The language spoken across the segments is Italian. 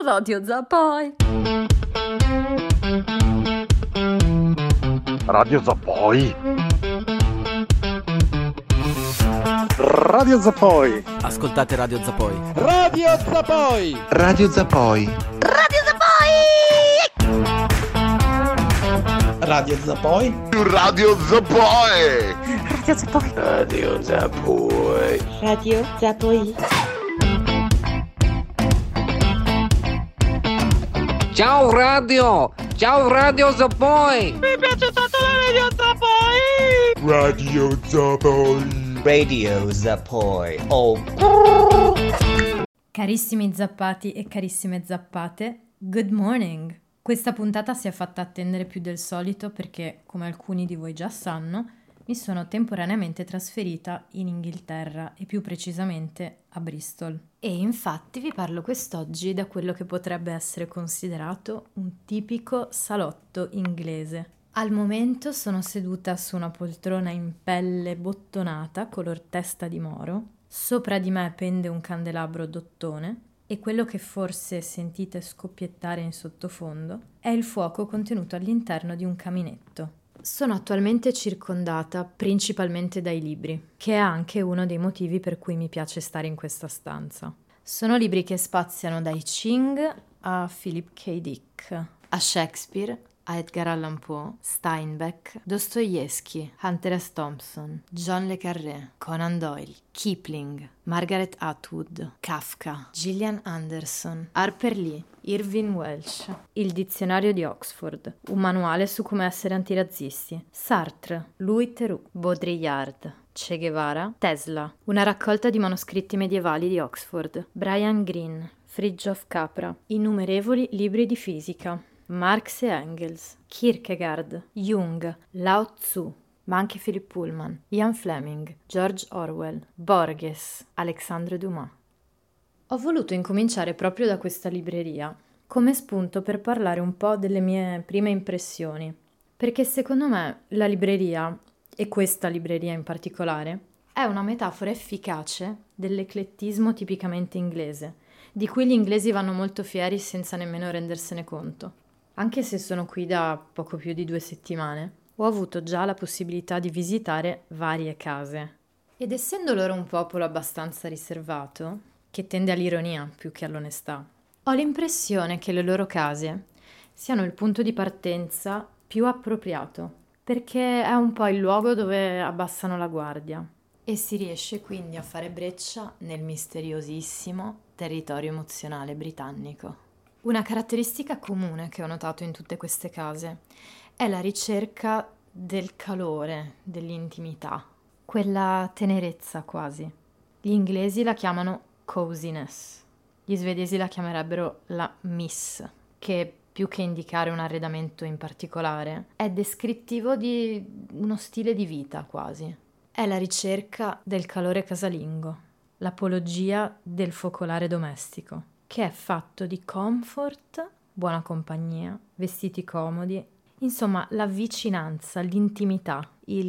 Radio Zappoi. Radio Zappoi. Radio Zappoi. Ascoltate Radio Zappoi. Radio Zappoi. Radio Zappoi. Radio Zappoi! Radio Zappoi. Radio Zappoi. Radio Zappoi. Radio Zappoi. Radio Zappoi. Ciao radio Zappoi. Mi piace tanto la Radio Zappoi! Radio Zappoi. Radio Zappoi. Oh. Carissimi zappati e carissime zappate, good morning! Questa puntata si è fatta attendere più del solito perché, come alcuni di voi già sanno, mi sono temporaneamente trasferita in Inghilterra e più precisamente a Bristol. E infatti vi parlo quest'oggi da quello che potrebbe essere considerato un tipico salotto inglese. Al momento sono seduta su una poltrona in pelle bottonata color testa di moro. Sopra di me pende un candelabro d'ottone e quello che forse sentite scoppiettare in sottofondo è il fuoco contenuto all'interno di un caminetto. Sono attualmente circondata principalmente dai libri, che è anche uno dei motivi per cui mi piace stare in questa stanza. Sono libri che spaziano dai Ching a Philip K. Dick, a Shakespeare, a Edgar Allan Poe, Steinbeck, Dostoevsky, Hunter S. Thompson, John le Carré, Conan Doyle, Kipling, Margaret Atwood, Kafka, Gillian Anderson, Harper Lee, Irving Welsh, il dizionario di Oxford, un manuale su come essere antirazzisti, Sartre, Louis Theroux, Baudrillard, Che Guevara, Tesla, una raccolta di manoscritti medievali di Oxford, Brian Greene, Fridtjof Capra, innumerevoli libri di fisica, Marx e Engels, Kierkegaard, Jung, Lao Tzu, ma anche Philip Pullman, Ian Fleming, George Orwell, Borges, Alexandre Dumas. Ho voluto incominciare proprio da questa libreria, come spunto per parlare un po' delle mie prime impressioni, perché secondo me la libreria, e questa libreria in particolare, è una metafora efficace dell'eclettismo tipicamente inglese, di cui gli inglesi vanno molto fieri senza nemmeno rendersene conto. Anche se sono qui da poco più di 2 settimane, ho avuto già la possibilità di visitare varie case. Ed essendo loro un popolo abbastanza riservato, che tende all'ironia più che all'onestà, ho l'impressione che le loro case siano il punto di partenza più appropriato, perché è un po' il luogo dove abbassano la guardia e si riesce quindi a fare breccia nel misteriosissimo territorio emozionale britannico. Una caratteristica comune che ho notato in tutte queste case è la ricerca del calore, dell'intimità, quella tenerezza quasi. Gli inglesi la chiamano coziness, gli svedesi la chiamerebbero la miss, che più che indicare un arredamento in particolare è descrittivo di uno stile di vita quasi. È la ricerca del calore casalingo, l'apologia del focolare domestico, che è fatto di comfort, buona compagnia, vestiti comodi, insomma la vicinanza, l'intimità,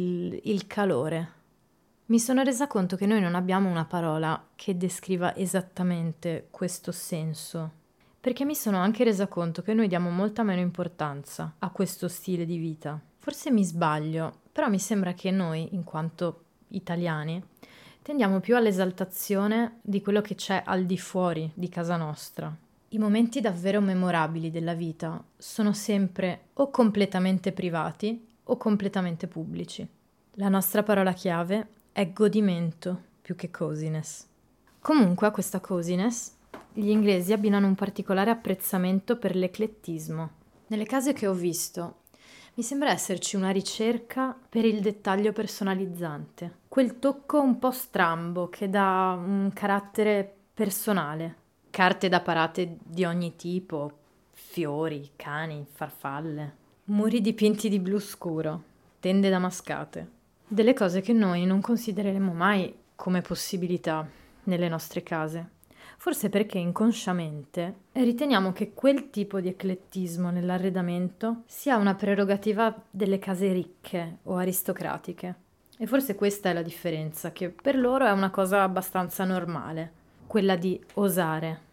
il calore. Mi sono resa conto che noi non abbiamo una parola che descriva esattamente questo senso, perché mi sono anche resa conto che noi diamo molta meno importanza a questo stile di vita. Forse mi sbaglio, però mi sembra che noi, in quanto italiani, tendiamo più all'esaltazione di quello che c'è al di fuori di casa nostra. I momenti davvero memorabili della vita sono sempre o completamente privati o completamente pubblici. La nostra parola chiave è godimento più che coziness. Comunque a questa coziness gli inglesi abbinano un particolare apprezzamento per l'eclettismo. Nelle case che ho visto mi sembra esserci una ricerca per il dettaglio personalizzante, quel tocco un po' strambo che dà un carattere personale. Carte da parate di ogni tipo, fiori, cani, farfalle, muri dipinti di blu scuro, tende damascate. Delle cose che noi non considereremo mai come possibilità nelle nostre case. Forse perché inconsciamente riteniamo che quel tipo di eclettismo nell'arredamento sia una prerogativa delle case ricche o aristocratiche. E forse questa è la differenza, che per loro è una cosa abbastanza normale, quella di osare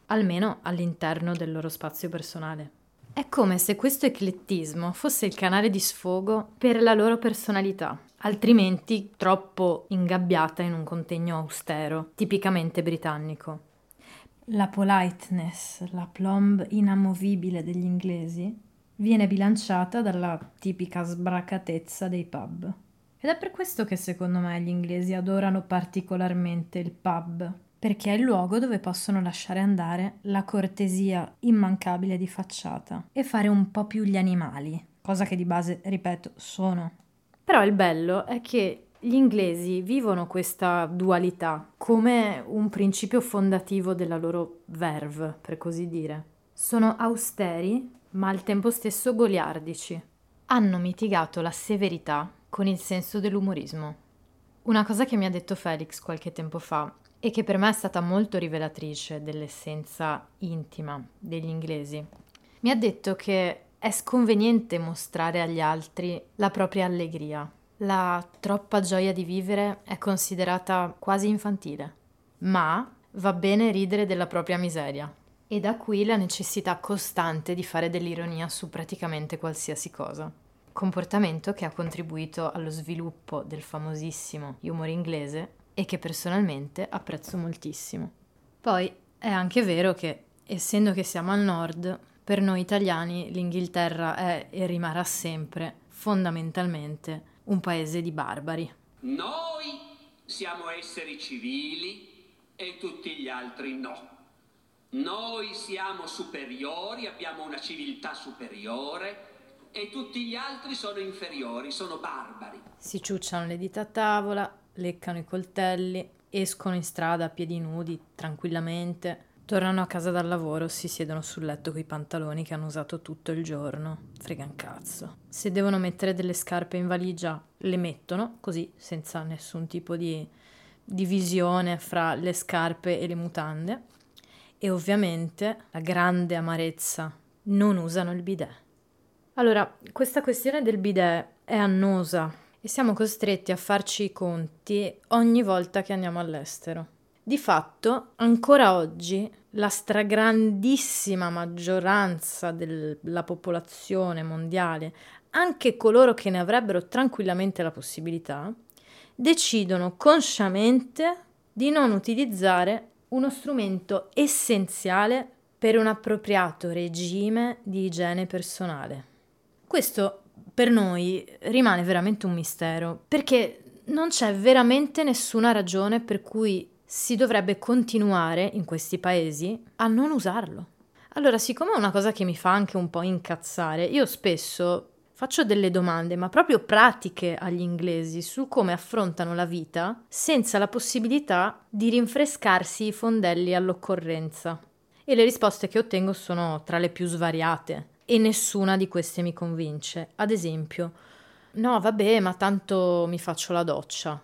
almeno all'interno del loro spazio personale. È come se questo eclettismo fosse il canale di sfogo per la loro personalità, altrimenti troppo ingabbiata in un contegno austero, tipicamente britannico. La politeness, la plomb inamovibile degli inglesi, viene bilanciata dalla tipica sbracatezza dei pub. Ed è per questo che secondo me gli inglesi adorano particolarmente il pub, perché è il luogo dove possono lasciare andare la cortesia immancabile di facciata e fare un po' più gli animali, cosa che di base, ripeto, sono. Però il bello è che gli inglesi vivono questa dualità come un principio fondativo della loro verve, per così dire. Sono austeri, ma al tempo stesso goliardici. Hanno mitigato la severità con il senso dell'umorismo. Una cosa che mi ha detto Felix qualche tempo fa e che per me è stata molto rivelatrice dell'essenza intima degli inglesi. Mi ha detto che è sconveniente mostrare agli altri la propria allegria. La troppa gioia di vivere è considerata quasi infantile, ma va bene ridere della propria miseria. E da qui la necessità costante di fare dell'ironia su praticamente qualsiasi cosa. Comportamento che ha contribuito allo sviluppo del famosissimo humor inglese e che personalmente apprezzo moltissimo. Poi è anche vero che, essendo che siamo al nord, per noi italiani l'Inghilterra è e rimarrà sempre, fondamentalmente, un paese di barbari. Noi siamo esseri civili e tutti gli altri no. Noi siamo superiori, abbiamo una civiltà superiore e tutti gli altri sono inferiori, sono barbari. Si ciucciano le dita a tavola, leccano i coltelli, escono in strada a piedi nudi, tranquillamente, tornano a casa dal lavoro, si siedono sul letto coi pantaloni che hanno usato tutto il giorno. Frega un cazzo. Se devono mettere delle scarpe in valigia, le mettono, così, senza nessun tipo di divisione fra le scarpe e le mutande. E ovviamente, la grande amarezza, non usano il bidet. Allora, questa questione del bidet è annosa e siamo costretti a farci i conti ogni volta che andiamo all'estero. Di fatto, ancora oggi, la stragrandissima maggioranza della popolazione mondiale, anche coloro che ne avrebbero tranquillamente la possibilità, decidono consciamente di non utilizzare uno strumento essenziale per un appropriato regime di igiene personale. Questo per noi rimane veramente un mistero, perché non c'è veramente nessuna ragione per cui si dovrebbe continuare in questi paesi a non usarlo. Allora, siccome è una cosa che mi fa anche un po' incazzare, io spesso faccio delle domande, ma proprio pratiche agli inglesi, su come affrontano la vita senza la possibilità di rinfrescarsi i fondelli all'occorrenza. E le risposte che ottengo sono tra le più svariate e nessuna di queste mi convince. Ad esempio, no, vabbè, ma tanto mi faccio la doccia.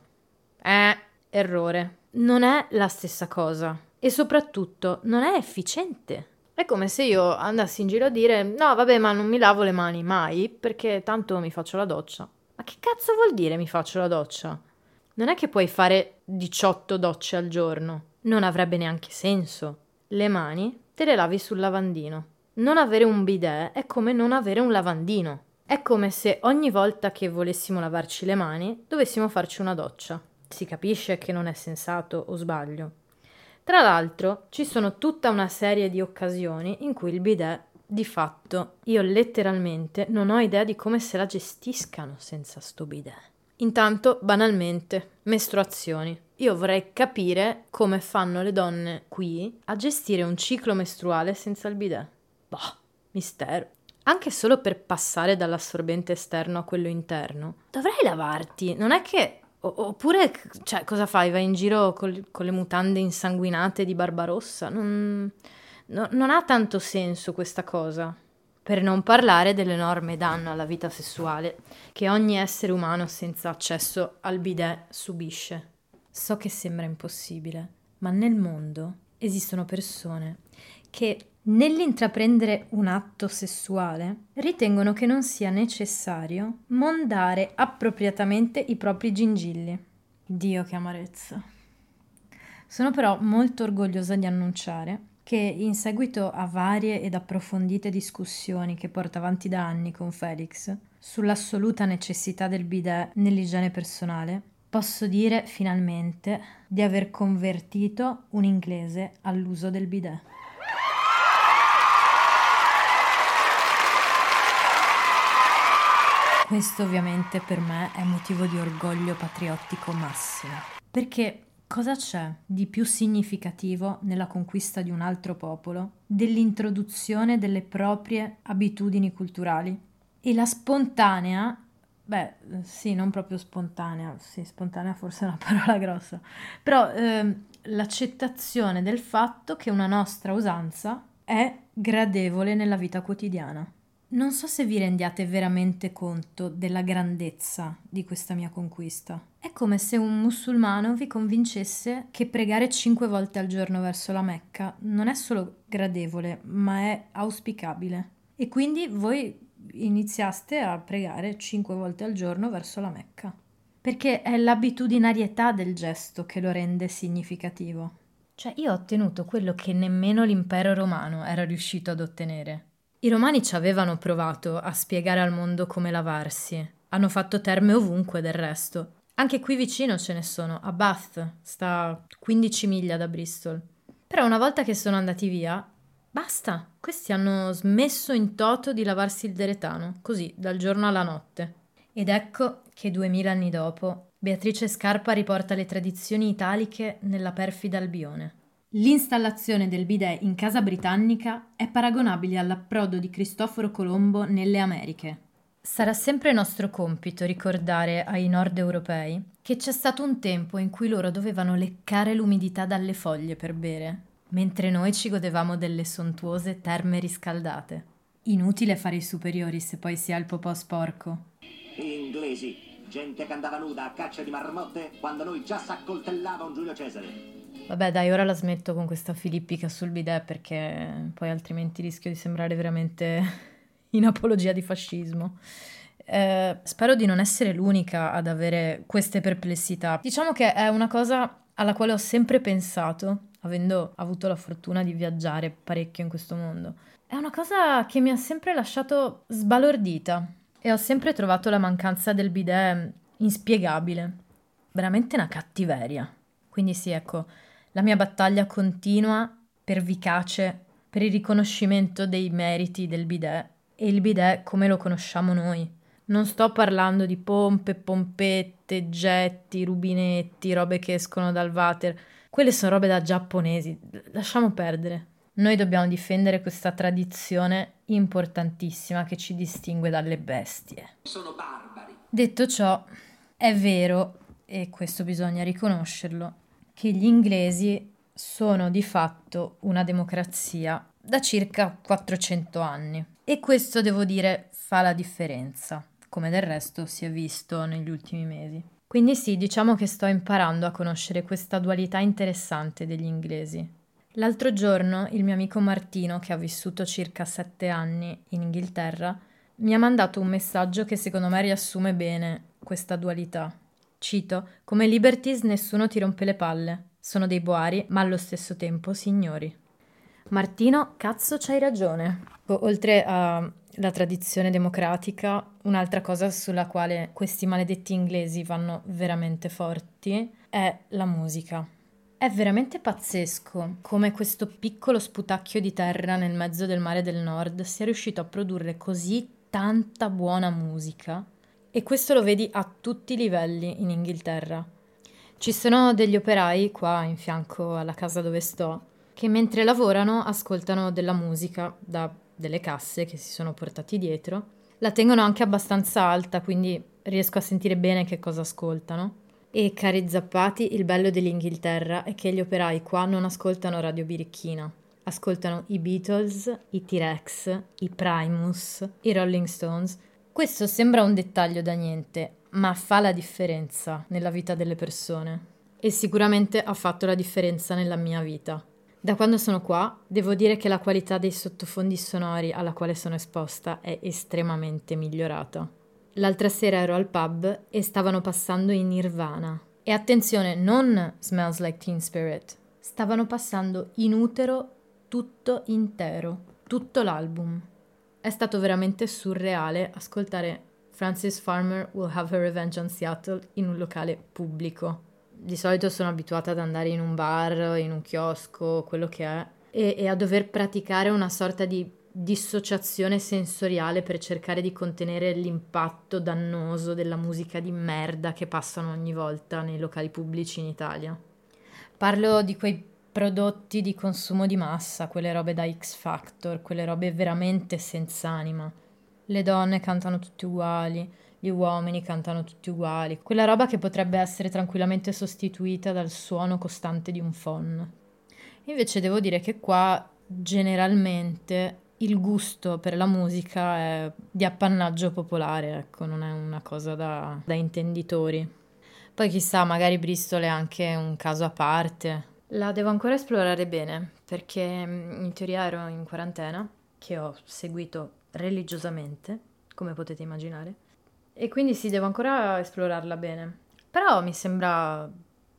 Errore. Non è la stessa cosa e soprattutto non è efficiente. È come se io andassi in giro a dire no vabbè ma non mi lavo le mani mai perché tanto mi faccio la doccia. Ma che cazzo vuol dire mi faccio la doccia? Non è che puoi fare 18 docce al giorno, non avrebbe neanche senso. Le mani te le lavi sul lavandino. Non avere un bidet è come non avere un lavandino. È come se ogni volta che volessimo lavarci le mani dovessimo farci una doccia. Si capisce che non è sensato o sbaglio. Tra l'altro ci sono tutta una serie di occasioni in cui il bidet, di fatto, io letteralmente non ho idea di come se la gestiscano senza sto bidet. Intanto, banalmente, mestruazioni. Io vorrei capire come fanno le donne qui a gestire un ciclo mestruale senza il bidet. Boh, mistero. Anche solo per passare dall'assorbente esterno a quello interno. Dovrai lavarti, non è che... Oppure, cioè, cosa fai? Vai in giro con le mutande insanguinate di Barbarossa? Non ha tanto senso questa cosa. Per non parlare dell'enorme danno alla vita sessuale che ogni essere umano senza accesso al bidet subisce. So che sembra impossibile, ma nel mondo esistono persone che nell'intraprendere un atto sessuale ritengono che non sia necessario mondare appropriatamente i propri gingilli. Dio che amarezza. Sono però molto orgogliosa di annunciare che in seguito a varie ed approfondite discussioni che porta avanti da anni con Felix sull'assoluta necessità del bidet nell'igiene personale, posso dire finalmente di aver convertito un inglese all'uso del bidet. Questo ovviamente per me è motivo di orgoglio patriottico massimo, perché cosa c'è di più significativo nella conquista di un altro popolo dell'introduzione delle proprie abitudini culturali? E la spontanea, sì, non proprio spontanea, sì, spontanea forse è una parola grossa, però l'accettazione del fatto che una nostra usanza è gradevole nella vita quotidiana. Non so se vi rendiate veramente conto della grandezza di questa mia conquista. È come se un musulmano vi convincesse che pregare 5 volte al giorno verso la Mecca non è solo gradevole, ma è auspicabile. E quindi voi iniziaste a pregare 5 volte al giorno verso la Mecca. Perché è l'abitudinarietà del gesto che lo rende significativo. Cioè, io ho ottenuto quello che nemmeno l'impero romano era riuscito ad ottenere. I romani ci avevano provato a spiegare al mondo come lavarsi. Hanno fatto terme ovunque del resto. Anche qui vicino ce ne sono, a Bath, sta 15 miglia da Bristol. Però una volta che sono andati via, basta, questi hanno smesso in toto di lavarsi il deretano, così, dal giorno alla notte. Ed ecco che 2000 anni dopo, Beatrice Scarpa riporta le tradizioni italiche nella perfida Albione. L'installazione del bidet in casa britannica è paragonabile all'approdo di Cristoforo Colombo nelle Americhe. Sarà sempre nostro compito ricordare ai nord europei che c'è stato un tempo in cui loro dovevano leccare l'umidità dalle foglie per bere, mentre noi ci godevamo delle sontuose terme riscaldate. Inutile fare i superiori se poi si ha il popò sporco. Inglesi, gente che andava nuda a caccia di marmotte quando noi già s'accoltellava un Giulio Cesare. Vabbè dai, ora la smetto con questa filippica sul bidet perché poi altrimenti rischio di sembrare veramente in apologia di fascismo. Spero di non essere l'unica ad avere queste perplessità. Diciamo che è una cosa alla quale ho sempre pensato, avendo avuto la fortuna di viaggiare parecchio in questo mondo. È una cosa che mi ha sempre lasciato sbalordita e ho sempre trovato la mancanza del bidet inspiegabile. Veramente una cattiveria. Quindi sì, ecco, la mia battaglia continua, pervicace, per il riconoscimento dei meriti del bidet e il bidet come lo conosciamo noi. Non sto parlando di pompe, pompette, getti, rubinetti, robe che escono dal water. Quelle sono robe da giapponesi, lasciamo perdere. Noi dobbiamo difendere questa tradizione importantissima che ci distingue dalle bestie. Sono barbari. Detto ciò, è vero, e questo bisogna riconoscerlo, che gli inglesi sono di fatto una democrazia da circa 400 anni. E questo, devo dire, fa la differenza, come del resto si è visto negli ultimi mesi. Quindi sì, diciamo che sto imparando a conoscere questa dualità interessante degli inglesi. L'altro giorno il mio amico Martino, che ha vissuto circa 7 anni in Inghilterra, mi ha mandato un messaggio che secondo me riassume bene questa dualità. Cito: come Liberties nessuno ti rompe le palle, sono dei boari ma allo stesso tempo signori. Martino, cazzo c'hai ragione. Oltre alla tradizione democratica, un'altra cosa sulla quale questi maledetti inglesi vanno veramente forti è la musica. È veramente pazzesco come questo piccolo sputacchio di terra nel mezzo del mare del nord sia riuscito a produrre così tanta buona musica. E questo lo vedi a tutti i livelli in Inghilterra. Ci sono degli operai qua in fianco alla casa dove sto che mentre lavorano ascoltano della musica da delle casse che si sono portati dietro. La tengono anche abbastanza alta, quindi riesco a sentire bene che cosa ascoltano. E cari zappati, il bello dell'Inghilterra è che gli operai qua non ascoltano Radio Birichina. Ascoltano i Beatles, i T-Rex, i Primus, i Rolling Stones. Questo sembra un dettaglio da niente, ma fa la differenza nella vita delle persone. E sicuramente ha fatto la differenza nella mia vita. Da quando sono qua, devo dire che la qualità dei sottofondi sonori alla quale sono esposta è estremamente migliorata. L'altra sera ero al pub e stavano passando in Nirvana. E attenzione, non Smells Like Teen Spirit. Stavano passando In Utero tutto intero, tutto l'album. È stato veramente surreale ascoltare Frances Farmer Will Have Her Revenge on Seattle in un locale pubblico. Di solito sono abituata ad andare in un bar, in un chiosco, quello che è, e a dover praticare una sorta di dissociazione sensoriale per cercare di contenere l'impatto dannoso della musica di merda che passano ogni volta nei locali pubblici in Italia. Parlo di quei prodotti di consumo di massa, quelle robe da X Factor, quelle robe veramente senza anima. Le donne cantano tutti uguali, gli uomini cantano tutti uguali, quella roba che potrebbe essere tranquillamente sostituita dal suono costante di un phon. Invece devo dire che qua generalmente il gusto per la musica è di appannaggio popolare, ecco, non è una cosa da intenditori. Poi chissà, magari Bristol è anche un caso a parte. La devo ancora esplorare bene, perché in teoria ero in quarantena, che ho seguito religiosamente, come potete immaginare, e quindi sì, devo ancora esplorarla bene. Però mi sembra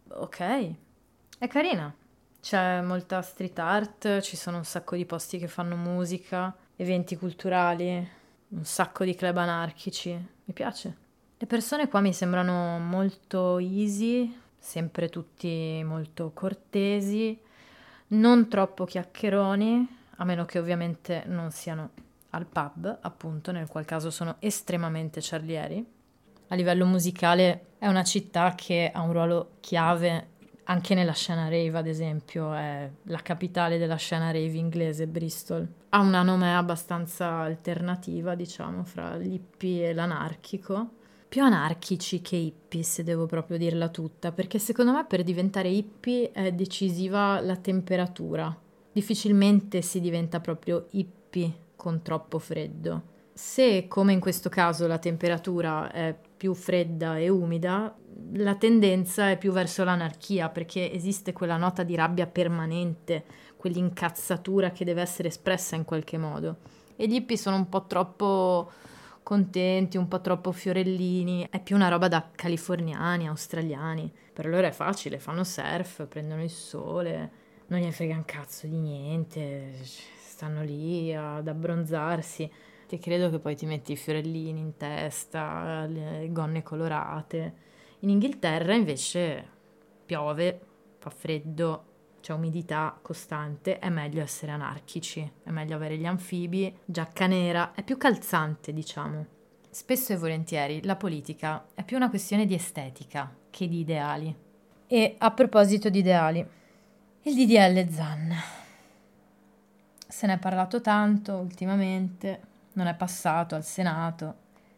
ok, è carina. C'è molta street art, ci sono un sacco di posti che fanno musica, eventi culturali, un sacco di club anarchici. Mi piace. Le persone qua mi sembrano molto easy, sempre tutti molto cortesi, non troppo chiacchieroni, a meno che ovviamente non siano al pub, appunto, nel qual caso sono estremamente ciarlieri. A livello musicale è una città che ha un ruolo chiave anche nella scena rave, ad esempio, è la capitale della scena rave inglese, Bristol. Ha una nomea abbastanza alternativa, diciamo, fra l'hippie e l'anarchico. Più anarchici che hippie, se devo proprio dirla tutta, perché secondo me per diventare hippie è decisiva la temperatura. Difficilmente si diventa proprio hippie con troppo freddo. Se, come in questo caso, la temperatura è più fredda e umida, la tendenza è più verso l'anarchia, perché esiste quella nota di rabbia permanente, quell'incazzatura che deve essere espressa in qualche modo. E gli hippie sono un po' troppo contenti, un po' troppo fiorellini, è più una roba da californiani, australiani. Per loro è facile, fanno surf, prendono il sole, non gliene frega un cazzo di niente, stanno lì ad abbronzarsi. Ti credo che poi ti metti i fiorellini in testa, le gonne colorate. In Inghilterra invece piove, fa freddo, c'è umidità costante, è meglio essere anarchici, è meglio avere gli anfibi, giacca nera, è più calzante, diciamo. Spesso e volentieri la politica è più una questione di estetica che di ideali. E a proposito di ideali, il DDL Zan. Se ne è parlato tanto ultimamente, non è passato al Senato.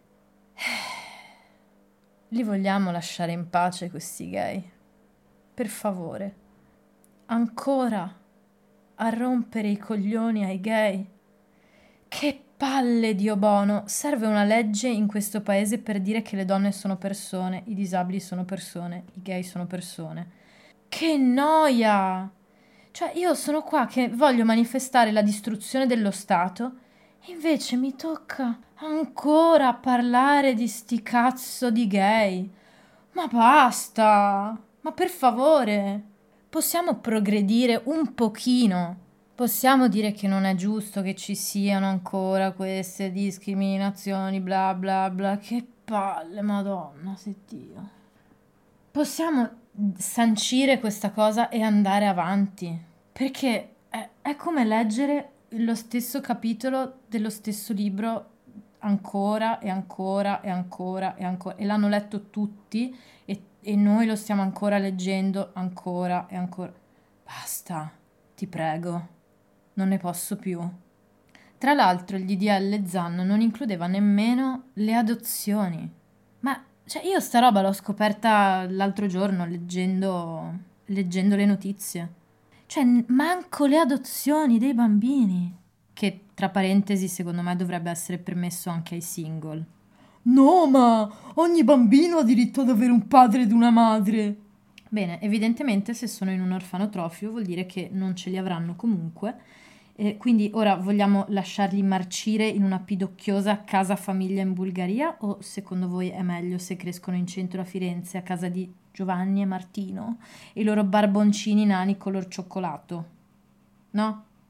Li vogliamo lasciare in pace questi gay? Per favore. Ancora a rompere i coglioni ai gay? Che palle, Dio buono! Serve una legge in questo paese per dire che le donne sono persone, i disabili sono persone, i gay sono persone. Che noia! Cioè, io sono qua che voglio manifestare la distruzione dello Stato e invece mi tocca ancora parlare di sti cazzo di gay. Ma basta! Ma per favore! Possiamo progredire un pochino. Possiamo dire che non è giusto che ci siano ancora queste discriminazioni, bla bla bla. Che palle, Madonna, se Dio. Possiamo sancire questa cosa e andare avanti. Perché è come leggere lo stesso capitolo dello stesso libro ancora e ancora e ancora e ancora. E l'hanno letto tutti e noi lo stiamo ancora leggendo ancora e ancora. Basta, ti prego, non ne posso più. Tra l'altro il DDL Zan non includeva nemmeno le adozioni. Ma cioè, io sta roba l'ho scoperta l'altro giorno leggendo le notizie. Cioè, manco le adozioni dei bambini. Che, tra parentesi, secondo me dovrebbe essere permesso anche ai single. No, ma ogni bambino ha diritto ad avere un padre ed una madre. Bene, evidentemente se sono in un orfanotrofio vuol dire che non ce li avranno comunque. Quindi ora vogliamo lasciarli marcire in una pidocchiosa casa famiglia in Bulgaria o secondo voi è meglio se crescono in centro a Firenze a casa di Giovanni e Martino e i loro barboncini nani color cioccolato? No?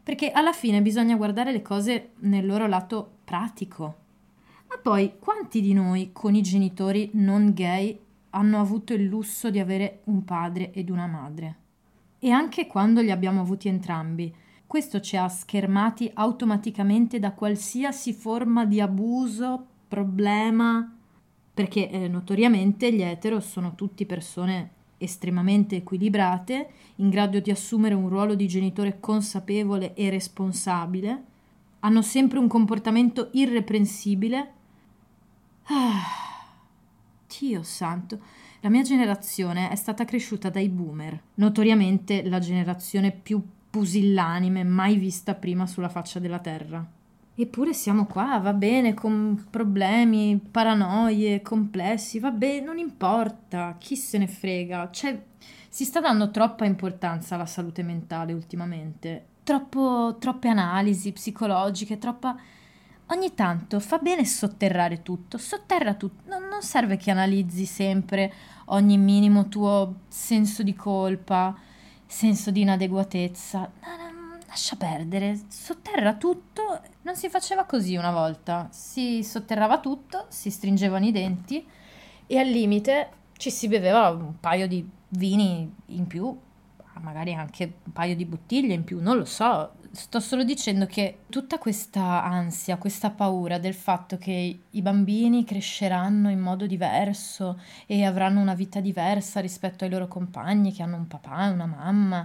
perché alla fine bisogna guardare le cose nel loro lato pratico. Ma poi, quanti di noi con i genitori non gay hanno avuto il lusso di avere un padre ed una madre? E anche quando li abbiamo avuti entrambi, questo ci ha schermati automaticamente da qualsiasi forma di abuso, problema, perché notoriamente gli etero sono tutti persone estremamente equilibrate, in grado di assumere un ruolo di genitore consapevole e responsabile, hanno sempre un comportamento irreprensibile. Dio santo, la mia generazione è stata cresciuta dai boomer, notoriamente la generazione più pusillanime mai vista prima sulla faccia della terra. Eppure siamo qua, va bene, con problemi, paranoie, complessi, va bene, non importa, chi se ne frega. Cioè, si sta dando troppa importanza alla salute mentale ultimamente, troppe analisi psicologiche, Ogni tanto fa bene sotterrare tutto, sotterra tutto, non serve che analizzi sempre ogni minimo tuo senso di colpa, senso di inadeguatezza. No, lascia perdere, sotterra tutto. Non si faceva così una volta, si sotterrava tutto, si stringevano i denti e al limite ci si beveva un paio di vini in più, magari anche un paio di bottiglie in più, non lo so. Sto solo dicendo che tutta questa ansia, questa paura del fatto che i bambini cresceranno in modo diverso e avranno una vita diversa rispetto ai loro compagni che hanno un papà e una mamma,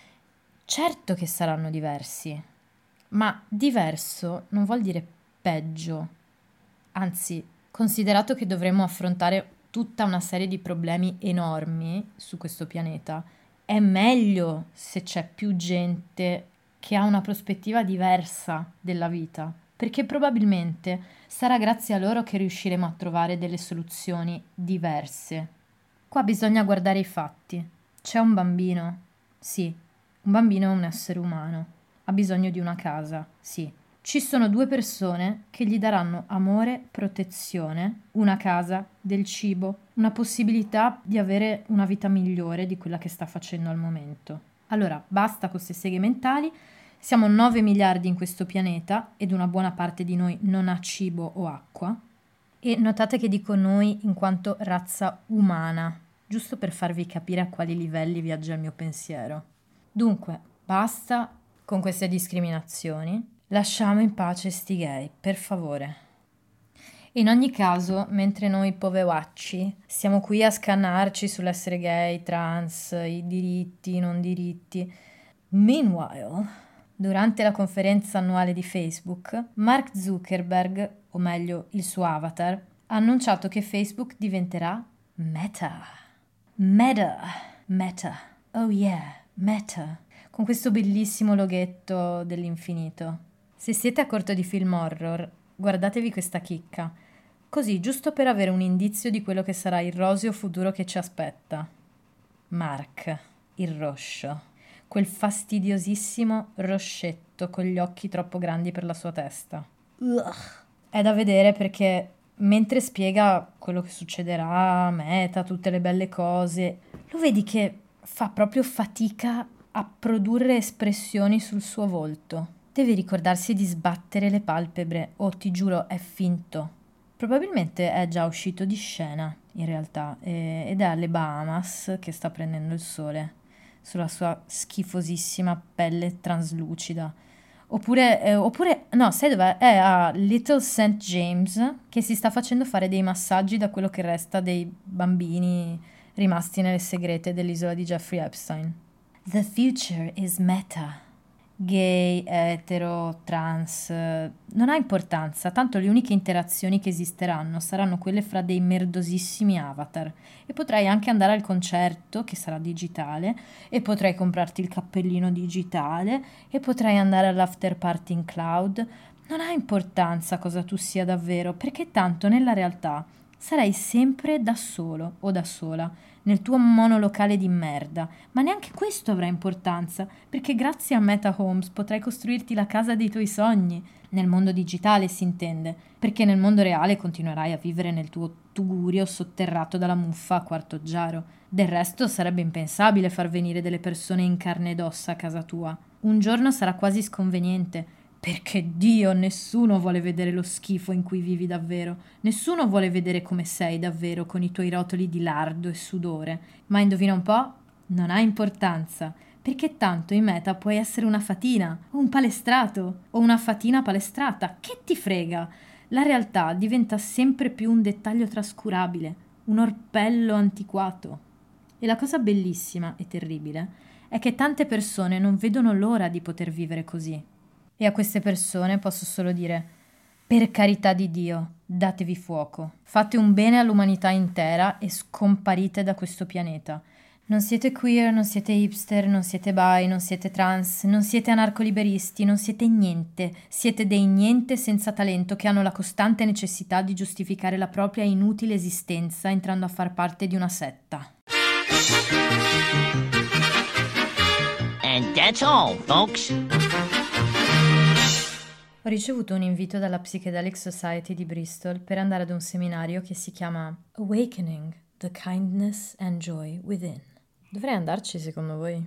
certo che saranno diversi, ma diverso non vuol dire peggio. Anzi, considerato che dovremo affrontare tutta una serie di problemi enormi su questo pianeta, è meglio se c'è più gente che ha una prospettiva diversa della vita, perché probabilmente sarà grazie a loro che riusciremo a trovare delle soluzioni diverse. Qua bisogna guardare i fatti. C'è un bambino? Sì, un bambino è un essere umano. Ha bisogno di una casa? Sì. Ci sono 2 persone che gli daranno amore, protezione, una casa, del cibo, una possibilità di avere una vita migliore di quella che sta facendo al momento. Allora, basta con queste seghe mentali, siamo 9 miliardi in questo pianeta ed una buona parte di noi non ha cibo o acqua. E notate che dico noi in quanto razza umana, giusto per farvi capire a quali livelli viaggia il mio pensiero. Dunque, basta con queste discriminazioni, lasciamo in pace sti gay, per favore. In ogni caso, mentre noi poveracci siamo qui a scannarci sull'essere gay, trans, i diritti, i non diritti, meanwhile, durante la conferenza annuale di Facebook, Mark Zuckerberg, o meglio il suo avatar, ha annunciato che Facebook diventerà Meta. Meta. Oh yeah, Meta. Con questo bellissimo loghetto dell'infinito. Se siete a corto di film horror, guardatevi questa chicca. Così, giusto per avere un indizio di quello che sarà il roseo futuro che ci aspetta. Mark, il roscio. Quel fastidiosissimo roscetto con gli occhi troppo grandi per la sua testa. È da vedere perché mentre spiega quello che succederà a Meta, tutte le belle cose, lo vedi che fa proprio fatica a produrre espressioni sul suo volto. Deve ricordarsi di sbattere le palpebre, o ti giuro è finto. Probabilmente è già uscito di scena, in realtà, ed è alle Bahamas che sta prendendo il sole, sulla sua schifosissima pelle translucida. Oppure, no, sai dov'è? È a Little St. James, che si sta facendo fare dei massaggi da quello che resta dei bambini rimasti nelle segrete dell'isola di Jeffrey Epstein. The future is meta. Gay, etero, trans, non ha importanza, tanto le uniche interazioni che esisteranno saranno quelle fra dei merdosissimi avatar e potrai anche andare al concerto che sarà digitale e potrai comprarti il cappellino digitale e potrai andare all'after party in cloud. Non ha importanza cosa tu sia davvero, perché tanto nella realtà Sarai sempre da solo o da sola, nel tuo monolocale di merda, ma neanche questo avrà importanza, perché grazie a Meta Homes potrai costruirti la casa dei tuoi sogni. Nel mondo digitale si intende, perché nel mondo reale continuerai a vivere nel tuo tugurio sotterrato dalla muffa a quarto giaro. Del resto sarebbe impensabile far venire delle persone in carne ed ossa a casa tua. Un giorno sarà quasi sconveniente, perché Dio, nessuno vuole vedere lo schifo in cui vivi davvero, nessuno vuole vedere come sei davvero con i tuoi rotoli di lardo e sudore, ma indovina un po'? Non ha importanza, perché tanto in Meta puoi essere una fatina, o un palestrato, o una fatina palestrata, che ti frega? La realtà diventa sempre più un dettaglio trascurabile, un orpello antiquato. E la cosa bellissima e terribile è che tante persone non vedono l'ora di poter vivere così. E a queste persone posso solo dire: per carità di Dio, datevi fuoco. Fate un bene all'umanità intera e scomparite da questo pianeta. Non siete queer, non siete hipster, non siete bi, non siete trans, non siete anarcoliberisti, non siete niente. Siete dei niente senza talento che hanno la costante necessità di giustificare la propria inutile esistenza entrando a far parte di una setta. And that's all, folks. Ho ricevuto un invito dalla Psychedelic Society di Bristol per andare ad un seminario che si chiama Awakening the Kindness and Joy Within. Dovrei andarci, secondo voi?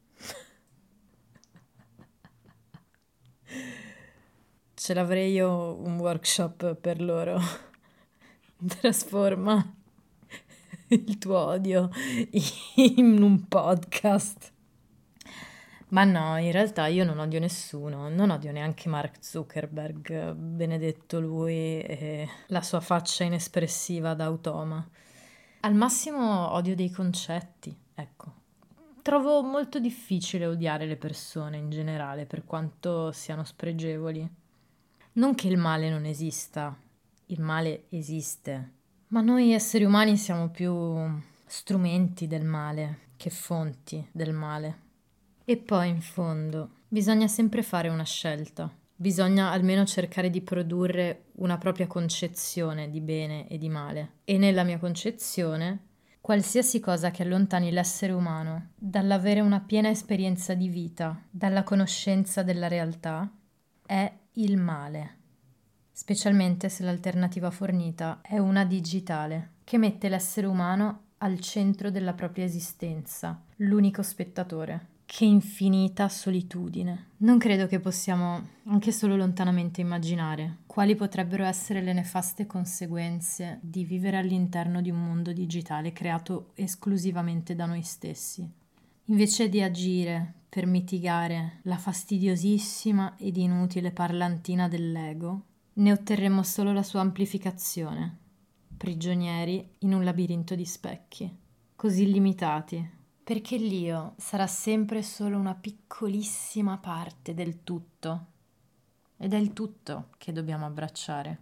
Ce l'avrei io un workshop per loro. Trasforma il tuo odio in un podcast. Ma no, in realtà io non odio nessuno, non odio neanche Mark Zuckerberg, benedetto lui e la sua faccia inespressiva da automa. Al massimo odio dei concetti, ecco. Trovo molto difficile odiare le persone in generale, per quanto siano spregevoli. Non che il male non esista, il male esiste, ma noi esseri umani siamo più strumenti del male che fonti del male. E poi, in fondo, bisogna sempre fare una scelta. Bisogna almeno cercare di produrre una propria concezione di bene e di male. E nella mia concezione, qualsiasi cosa che allontani l'essere umano dall'avere una piena esperienza di vita, dalla conoscenza della realtà, è il male. Specialmente se l'alternativa fornita è una digitale, che mette l'essere umano al centro della propria esistenza, l'unico spettatore. Che infinita solitudine. Non credo che possiamo anche solo lontanamente immaginare quali potrebbero essere le nefaste conseguenze di vivere all'interno di un mondo digitale creato esclusivamente da noi stessi. Invece di agire per mitigare la fastidiosissima ed inutile parlantina dell'ego, ne otterremo solo la sua amplificazione, prigionieri in un labirinto di specchi, così limitati. Perché l'io sarà sempre solo una piccolissima parte del tutto. Ed è il tutto che dobbiamo abbracciare.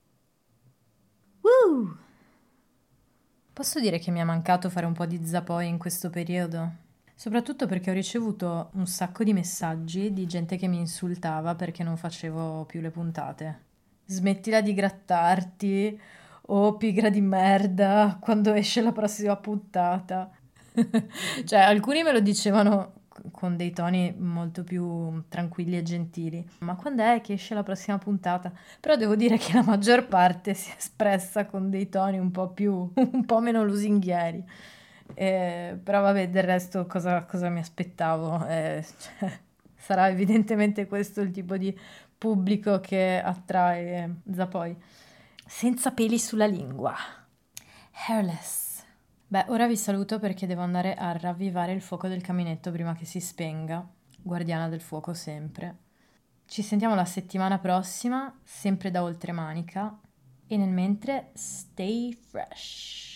Posso dire che mi è mancato fare un po' di Zapoi in questo periodo? Soprattutto perché ho ricevuto un sacco di messaggi di gente che mi insultava perché non facevo più le puntate. Smettila di grattarti, o pigra di merda, quando esce la prossima puntata. Cioè, alcuni me lo dicevano con dei toni molto più tranquilli e gentili. Ma quando è che esce la prossima puntata? Però devo dire che la maggior parte si è espressa con dei toni un po' meno lusinghieri. Però vabbè, del resto cosa mi aspettavo? Cioè, sarà evidentemente questo il tipo di pubblico che attrae Zapoi. Senza peli sulla lingua. Hairless. Beh, ora vi saluto perché devo andare a ravvivare il fuoco del caminetto prima che si spenga. Guardiana del fuoco sempre. Ci sentiamo la settimana prossima, sempre da Oltremanica. E nel mentre, stay fresh.